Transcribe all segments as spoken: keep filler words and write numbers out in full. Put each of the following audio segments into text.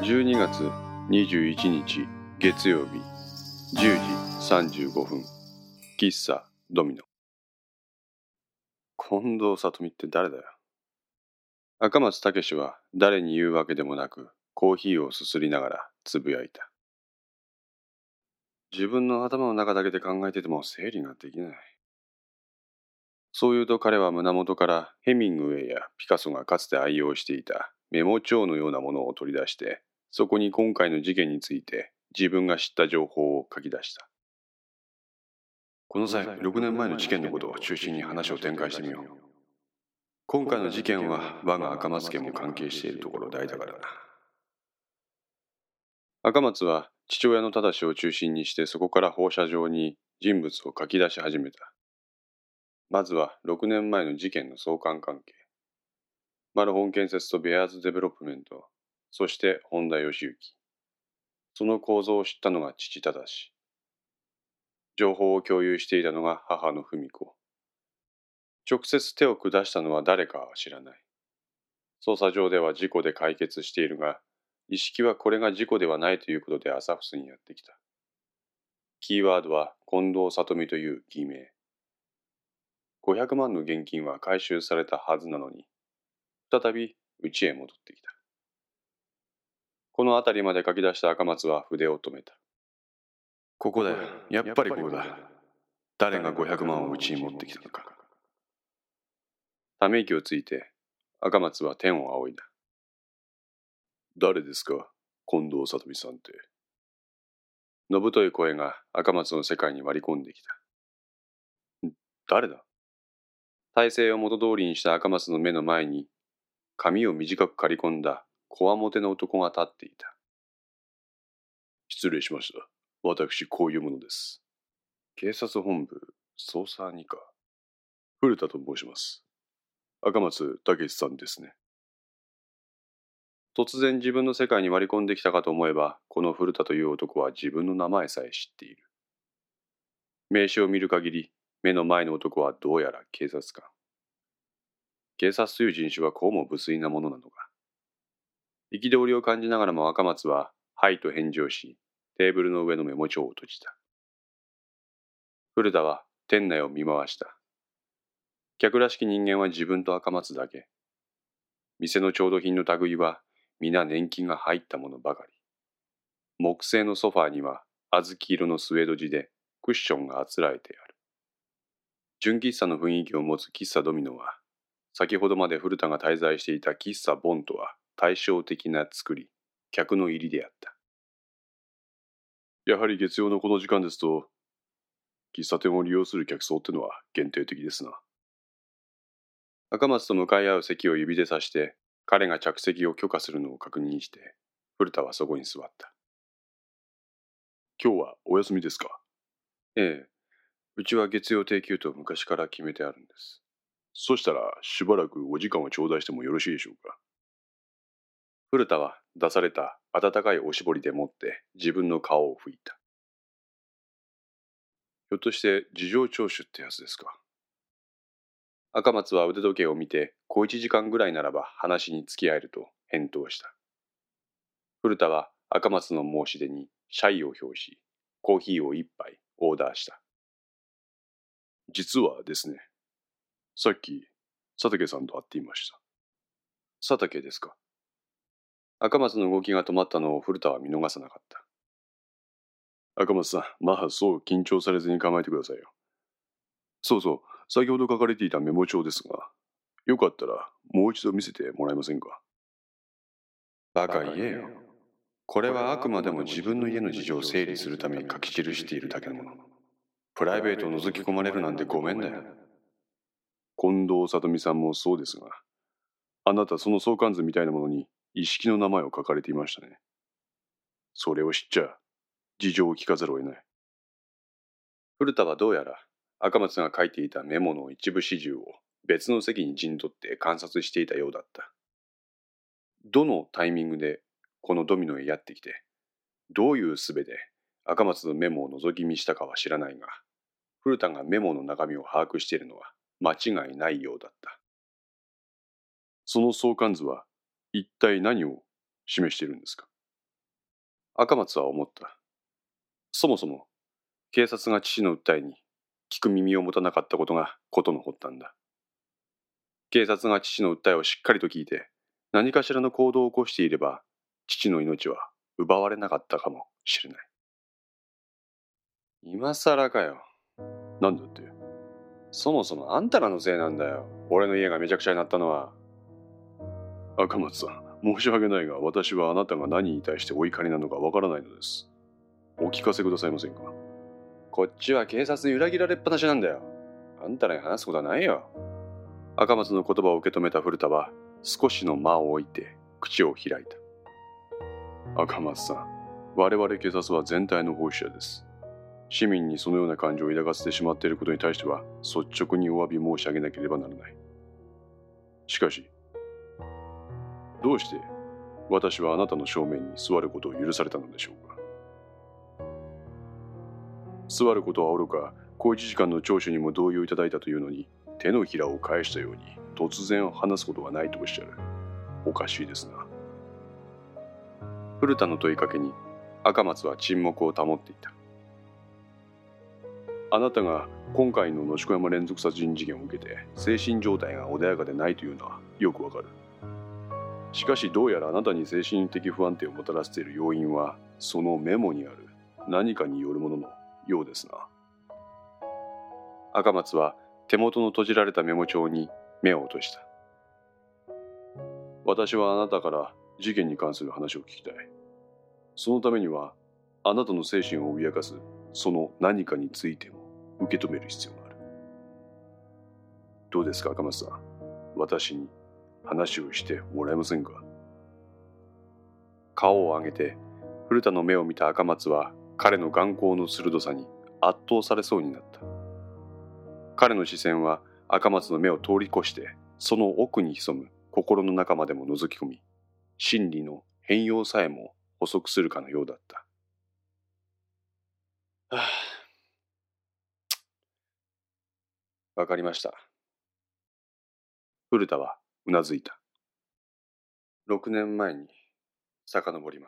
じゅうにがつにじゅういちにち月曜日じゅうじさんじゅうごふん、喫茶ドミノ。近藤里美って誰だよ。赤松武は誰に言うわけでもなくコーヒーをすすりながらつぶやいた。自分の頭の中だけで考えてても整理ができない。そう言うと彼は胸元からヘミングウェイやピカソがかつて愛用していたメモ帳のようなものを取り出して、そこに今回の事件について自分が知った情報を書き出した。この際、ろくねんまえの事件のことを中心に話を展開してみよう。今回の事件は我が赤松家も関係しているところ大だからな。赤松は父親の正を中心にしてそこから放射状に人物を書き出し始めた。まずはろくねんまえの事件の相関関係。マルホン建設とベアーズデベロップメント、そして本田義行。その構造を知ったのが父正。情報を共有していたのが母の文子。直接手を下したのは誰かは知らない。捜査上では事故で解決しているが、意識はこれが事故ではないということで朝フスにやってきた。キーワードは近藤里美という偽名。ごひゃくまんの現金は回収されたはずなのに、再び家へ戻ってきた。この辺りまで書き出した赤松は筆を止めた。ここだよ。やっぱりここだ。誰がごひゃくまんを家に持ってきたのか。ため息をついて赤松は天を仰いだ。誰ですか、近藤里美さんって。のぶとい声が赤松の世界に割り込んできた。誰だ。体勢を元通りにした赤松の目の前に、髪を短く刈り込んだこわもての男が立っていた。失礼しました。私、こういうものです。警察本部捜査二課、古田と申します。赤松武さんですね。突然自分の世界に割り込んできたかと思えば、この古田という男は自分の名前さえ知っている。名刺を見る限り、目の前の男はどうやら警察官。警察という人種はこうも無粋なものなのか。憤りを感じながらも赤松は、はいと返事をし、テーブルの上のメモ帳を閉じた。古田は店内を見回した。客らしき人間は自分と赤松だけ。店の調度品の類は皆年金が入ったものばかり。木製のソファーには小豆色のスウェード地でクッションがあつらえてある。純喫茶の雰囲気を持つ喫茶ドミノは、先ほどまで古田が滞在していた喫茶ボンとは対照的な作り、客の入りであった。やはり月曜のこの時間ですと、喫茶店を利用する客層ってのは限定的ですな。赤松と向かい合う席を指で指して、彼が着席を許可するのを確認して、古田はそこに座った。今日はお休みですか。ええ、うちは月曜定休と昔から決めてあるんです。そしたらしばらくお時間を頂戴してもよろしいでしょうか。古田は出された温かいおしぼりでもって自分の顔を拭いた。ひょっとして事情聴取ってやつですか。赤松は腕時計を見て小一時間ぐらいならば話に付き合えると返答した。古田は赤松の申し出にシャイを表し、コーヒーを一杯オーダーした。実はですね、さっき佐竹さんと会っていました。佐竹ですか。赤松の動きが止まったのを古田は見逃さなかった。赤松さん、まあそう緊張されずに構えてくださいよ。そうそう、先ほど書かれていたメモ帳ですが、よかったらもう一度見せてもらえませんか。バカ言えよ。これはあくまでも自分の家の事情を整理するために書き記しているだけのもの。プライベートを覗き込まれるなんてごめんだよ。近藤里美さんもそうですが、あなたその相関図みたいなものに一式の名前を書かれていましたね。それを知っちゃ事情を聞かざるを得ない。古田はどうやら赤松が書いていたメモの一部始終を別の席に陣取って観察していたようだった。どのタイミングでこのドミノへやってきて、どういう術で赤松のメモを覗き見したかは知らないが、古田がメモの中身を把握しているのは間違いないようだった。その相関図は一体何を示しているんですか。 赤松は思った。そもそも警察が父の訴えに聞く耳を持たなかったことが事の発端だ。警察が父の訴えをしっかりと聞いて何かしらの行動を起こしていれば、父の命は奪われなかったかもしれない。今更かよ。なんだって。そもそもあんたらのせいなんだよ。俺の家がめちゃくちゃになったのは。赤松さん、申し訳ないが、私はあなたが何に対してお怒りなのかわからないのです。お聞かせくださいませんか。こっちは警察に裏切られっぱなしなんだよ。あんたらに話すことはないよ。赤松の言葉を受け止めた古田は少しの間を置いて口を開いた。赤松さん、我々警察は全体の奉仕者です。市民にそのような感情を抱かせてしまっていることに対しては率直にお詫び申し上げなければならない。しかし、どうして私はあなたの正面に座ることを許されたのでしょうか。座ることはおろか、小一時間の聴取にも同意をいただいたというのに、手のひらを返したように突然話すことがないとおっしゃる。おかしいですな。古田の問いかけに赤松は沈黙を保っていた。あなたが今回の野宿山連続殺人事件を受けて精神状態が穏やかでないというのはよくわかる。しかしどうやらあなたに精神的不安定をもたらしている要因はそのメモにある何かによるもののようですな。赤松は手元の閉じられたメモ帳に目を落とした。私はあなたから事件に関する話を聞きたい。そのためにはあなたの精神を脅かすその何かについても受け止める必要がある。どうですか赤松さん、私に話をしてもらえませんか。顔を上げて古田の目を見た赤松は彼の眼光の鋭さに圧倒されそうになった。彼の視線は赤松の目を通り越してその奥に潜む心の中までも覗き込み、真理の変容さえも補足するかのようだった。はあ、わかりました。古田はうなずいた。ろくねんまえに遡ります。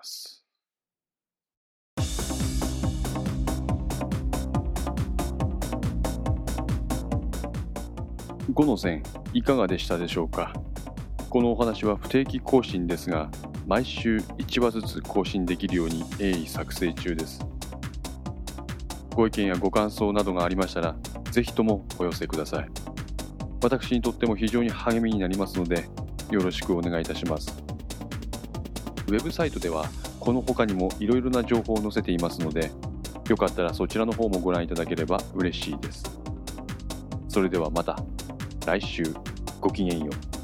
ごの線いかがでしたでしょうか。このお話は不定期更新ですが、毎週いちわずつ更新できるように鋭意作成中です。ご意見やご感想などがありましたら、ぜひともお寄せください。私にとっても非常に励みになりますので、よろしくお願いいたします。ウェブサイトではこの他にもいろいろな情報を載せていますので、よかったらそちらの方もご覧いただければ嬉しいです。それではまた来週、ごきげんよう。